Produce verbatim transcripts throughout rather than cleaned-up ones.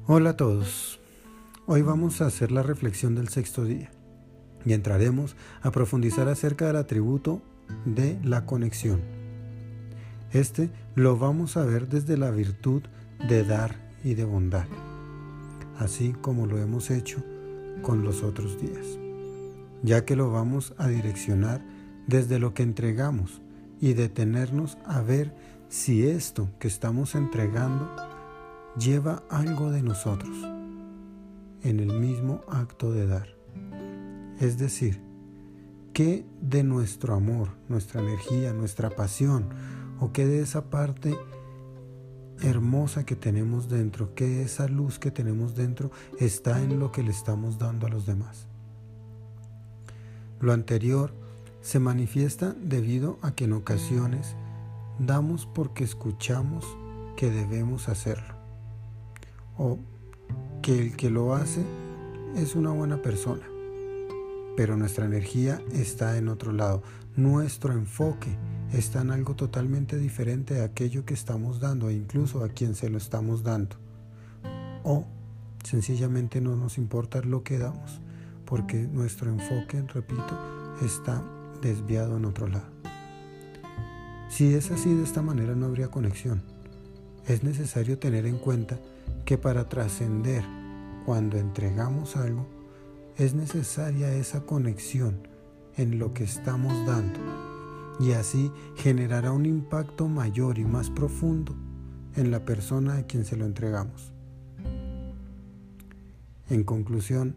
Hola a todos, hoy vamos a hacer la reflexión del sexto día y entraremos a profundizar acerca del atributo de la conexión. Este lo vamos a ver desde la virtud de dar y de bondad, así como lo hemos hecho con los otros días, ya que lo vamos a direccionar desde lo que entregamos y detenernos a ver si esto que estamos entregando lleva algo de nosotros en el mismo acto de dar. Es decir, ¿qué de nuestro amor, nuestra energía, nuestra pasión, o qué de esa parte hermosa que tenemos dentro, qué de esa luz que tenemos dentro está en lo que le estamos dando a los demás? Lo anterior se manifiesta debido a que en ocasiones damos porque escuchamos que debemos hacerlo, o que el que lo hace es una buena persona, pero nuestra energía está en otro lado, nuestro enfoque está en algo totalmente diferente a aquello que estamos dando e incluso a quien se lo estamos dando, o sencillamente no nos importa lo que damos porque nuestro enfoque, repito, está desviado en otro lado. Si es así, de esta manera no habría conexión. Es necesario tener en cuenta que para trascender, cuando entregamos algo, es necesaria esa conexión en lo que estamos dando, y así generará un impacto mayor y más profundo en la persona a quien se lo entregamos. En conclusión,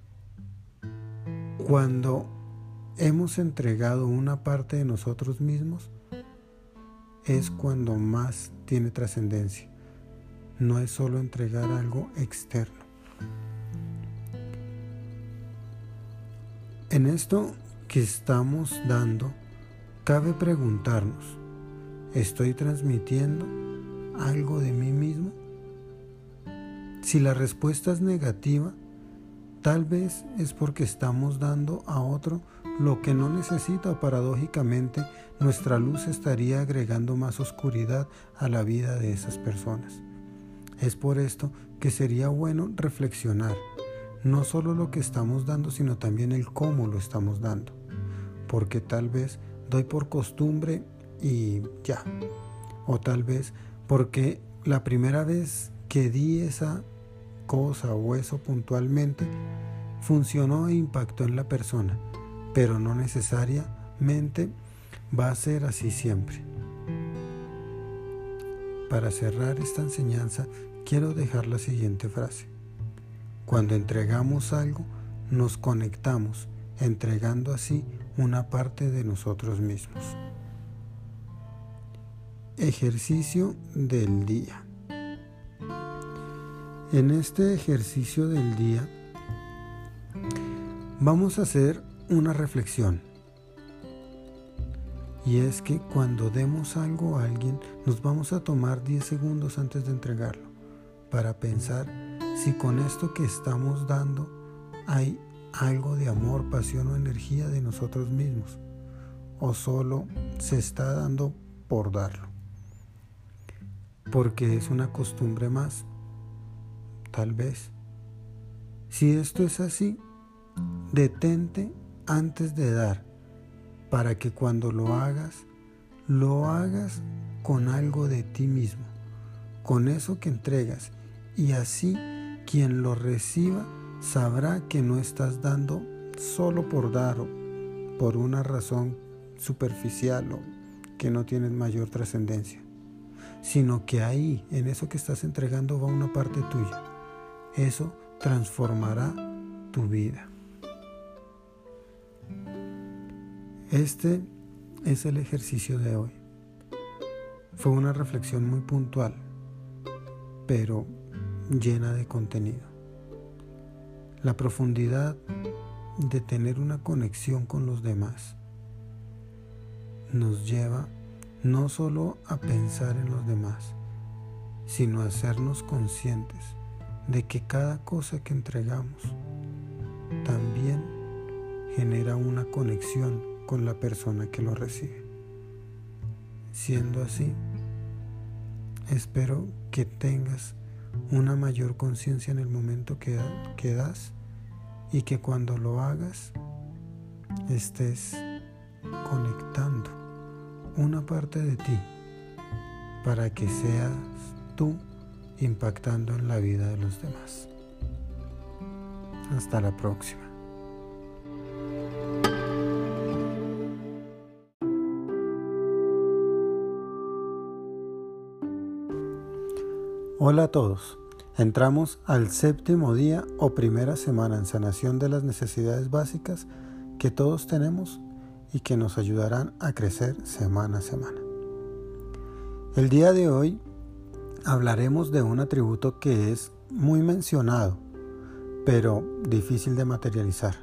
cuando hemos entregado una parte de nosotros mismos, es cuando más tiene trascendencia. No es solo entregar algo externo. En esto que estamos dando, cabe preguntarnos, ¿estoy transmitiendo algo de mí mismo? Si la respuesta es negativa, tal vez es porque estamos dando a otro lo que no necesita, o paradójicamente nuestra luz estaría agregando más oscuridad a la vida de esas personas. Es por esto que sería bueno reflexionar, no solo lo que estamos dando, sino también el cómo lo estamos dando, porque tal vez doy por costumbre y ya, o tal vez porque la primera vez que di esa cosa o eso puntualmente funcionó e impactó en la persona, pero no necesariamente va a ser así siempre. Para cerrar esta enseñanza, quiero dejar la siguiente frase. Cuando entregamos algo, nos conectamos, entregando así una parte de nosotros mismos. Ejercicio del día. En este ejercicio del día, vamos a hacer una reflexión. Y es que cuando demos algo a alguien, nos vamos a tomar diez segundos antes de entregarlo para pensar si con esto que estamos dando hay algo de amor, pasión o energía de nosotros mismos, o solo se está dando por darlo, porque es una costumbre más, tal vez. Si esto es así, detente antes de dar, para que cuando lo hagas, lo hagas con algo de ti mismo, con eso que entregas, y así quien lo reciba sabrá que no estás dando solo por dar o por una razón superficial o que no tiene mayor trascendencia, sino que ahí, en eso que estás entregando, va una parte tuya. Eso transformará tu vida. Este es el ejercicio de hoy. Fue una reflexión muy puntual, pero llena de contenido. La profundidad de tener una conexión con los demás nos lleva no solo a pensar en los demás, sino a hacernos conscientes de que cada cosa que entregamos también genera una conexión con la persona que lo recibe. Siendo así, espero que tengas una mayor conciencia en el momento que, que das, y que cuando lo hagas estés conectando una parte de ti para que seas tú impactando en la vida de los demás. Hasta la próxima. Hola a todos. Entramos al séptimo día o primera semana en sanación de las necesidades básicas que todos tenemos y que nos ayudarán a crecer semana a semana. El día de hoy hablaremos de un atributo que es muy mencionado, pero difícil de materializar,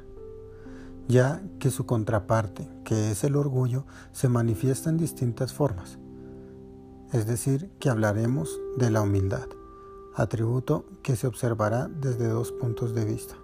ya que su contraparte, que es el orgullo, se manifiesta en distintas formas. Es decir, que hablaremos de la humildad, atributo que se observará desde dos puntos de vista.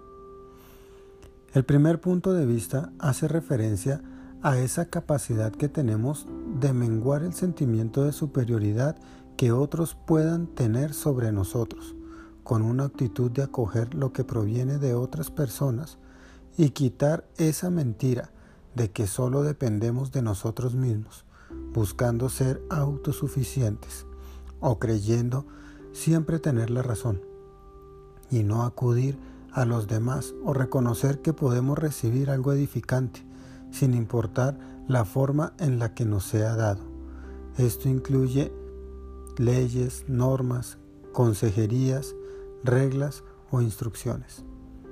El primer punto de vista hace referencia a esa capacidad que tenemos de menguar el sentimiento de superioridad que otros puedan tener sobre nosotros, con una actitud de acoger lo que proviene de otras personas y quitar esa mentira de que solo dependemos de nosotros mismos, buscando ser autosuficientes o creyendo siempre tener la razón, y no acudir a los demás o reconocer que podemos recibir algo edificante sin importar la forma en la que nos sea dado. Esto incluye leyes, normas, consejerías, reglas o instrucciones.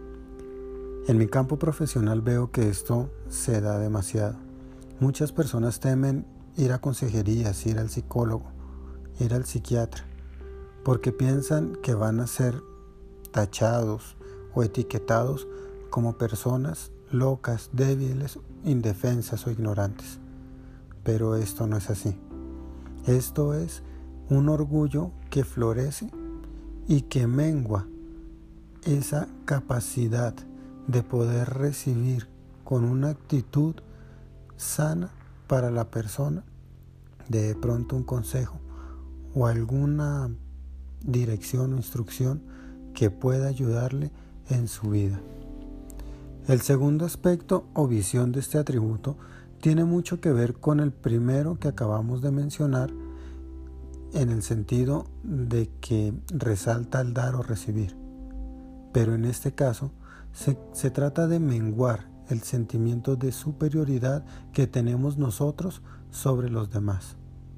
En mi campo profesional veo que esto se da demasiado. Muchas personas temen ir a consejerías, ir al psicólogo, ir al psiquiatra, porque piensan que van a ser tachados o etiquetados como personas locas, débiles, indefensas o ignorantes. Pero esto no es así. Esto es un orgullo que florece y que mengua esa capacidad de poder recibir con una actitud sana para la persona de pronto un consejo o alguna dirección o instrucción que pueda ayudarle en su vida. El segundo aspecto o visión de este atributo tiene mucho que ver con el primero que acabamos de mencionar, en el sentido de que resalta el dar o recibir. Pero en este caso se, se trata de menguar el sentimiento de superioridad que tenemos nosotros sobre los demás,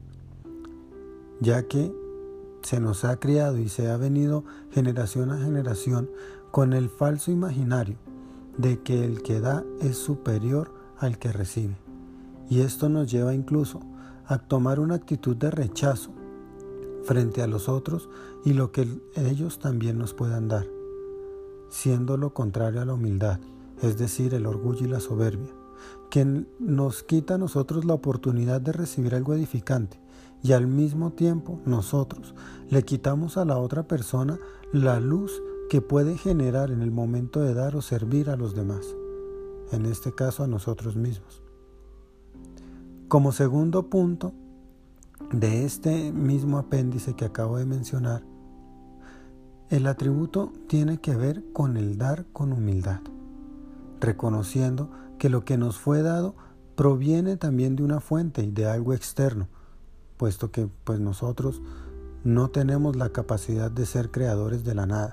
ya que se nos ha criado y se ha venido generación a generación con el falso imaginario de que el que da es superior al que recibe. Y esto nos lleva incluso a tomar una actitud de rechazo frente a los otros y lo que ellos también nos puedan dar, siendo lo contrario a la humildad, es decir, el orgullo y la soberbia, que nos quita a nosotros la oportunidad de recibir algo edificante, y al mismo tiempo nosotros le quitamos a la otra persona la luz que puede generar en el momento de dar o servir a los demás, en este caso a nosotros mismos. Como segundo punto de este mismo apéndice que acabo de mencionar, el atributo tiene que ver con el dar con humildad, reconociendo que lo que nos fue dado proviene también de una fuente y de algo externo, puesto que pues nosotros no tenemos la capacidad de ser creadores de la nada.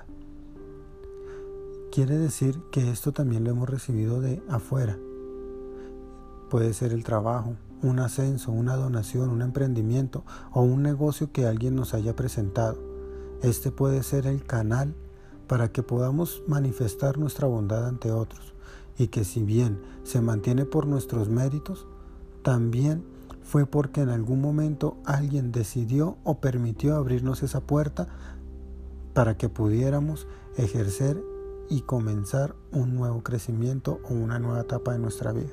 Quiere decir que esto también lo hemos recibido de afuera. Puede ser el trabajo, un ascenso, una donación, un emprendimiento o un negocio que alguien nos haya presentado. Este puede ser el canal para que podamos manifestar nuestra bondad ante otros, y que si bien se mantiene por nuestros méritos, también fue porque en algún momento alguien decidió o permitió abrirnos esa puerta para que pudiéramos ejercer y comenzar un nuevo crecimiento o una nueva etapa de nuestra vida.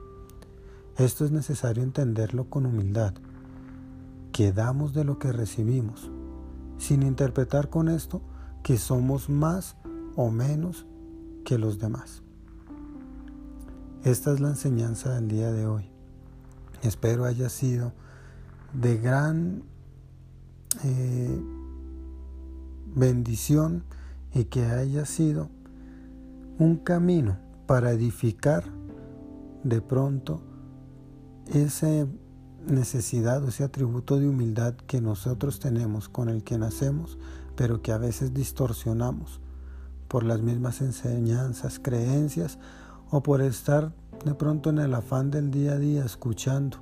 Esto es necesario entenderlo con humildad, que damos de lo que recibimos, sin interpretar con esto que somos más o menos que los demás. Esta es la enseñanza del día de hoy. Espero haya sido de gran eh, bendición y que haya sido un camino para edificar de pronto esa necesidad o ese atributo de humildad que nosotros tenemos, con el que nacemos, pero que a veces distorsionamos por las mismas enseñanzas, creencias, o por estar de pronto en el afán del día a día escuchando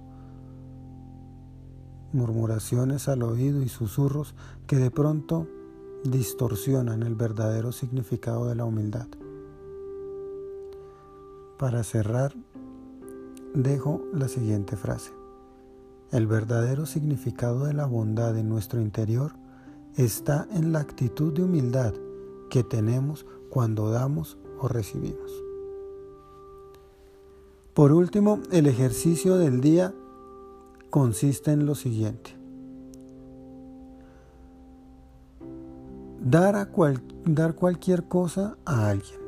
murmuraciones al oído y susurros que de pronto distorsionan el verdadero significado de la humildad. Para cerrar, dejo la siguiente frase: el verdadero significado de la bondad en nuestro interior está en la actitud de humildad que tenemos cuando damos o recibimos. Por último, el ejercicio del día consiste en lo siguiente: dar, a cual, dar cualquier cosa a alguien.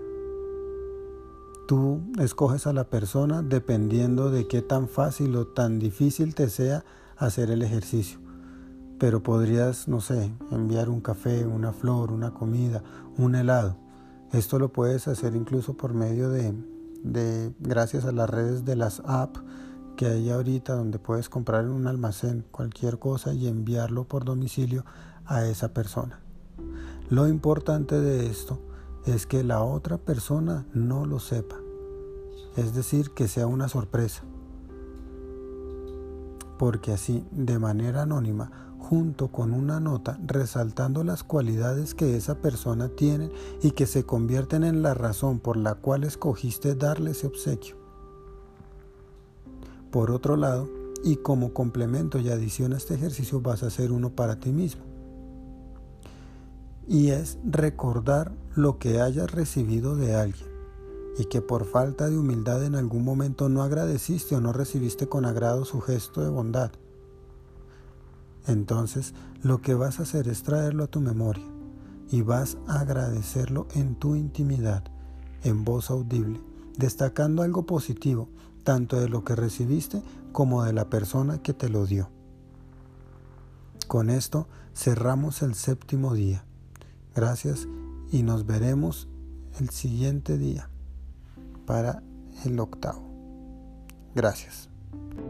Tú escoges a la persona dependiendo de qué tan fácil o tan difícil te sea hacer el ejercicio. Pero podrías, no sé, enviar un café, una flor, una comida, un helado. Esto lo puedes hacer incluso por medio de, de gracias a las redes de las apps que hay ahorita, donde puedes comprar en un almacén cualquier cosa y enviarlo por domicilio a esa persona. Lo importante de esto es que la otra persona no lo sepa, es decir, que sea una sorpresa, porque así, de manera anónima, junto con una nota resaltando las cualidades que esa persona tiene y que se convierten en la razón por la cual escogiste darle ese obsequio. Por otro lado, y como complemento y adición a este ejercicio, vas a hacer uno para ti mismo. Y es recordar lo que hayas recibido de alguien y que por falta de humildad en algún momento no agradeciste o no recibiste con agrado su gesto de bondad. Entonces, lo que vas a hacer es traerlo a tu memoria y vas a agradecerlo en tu intimidad, en voz audible, destacando algo positivo, tanto de lo que recibiste como de la persona que te lo dio. Con esto cerramos el séptimo día. Gracias y nos veremos el siguiente día para el octavo. Gracias.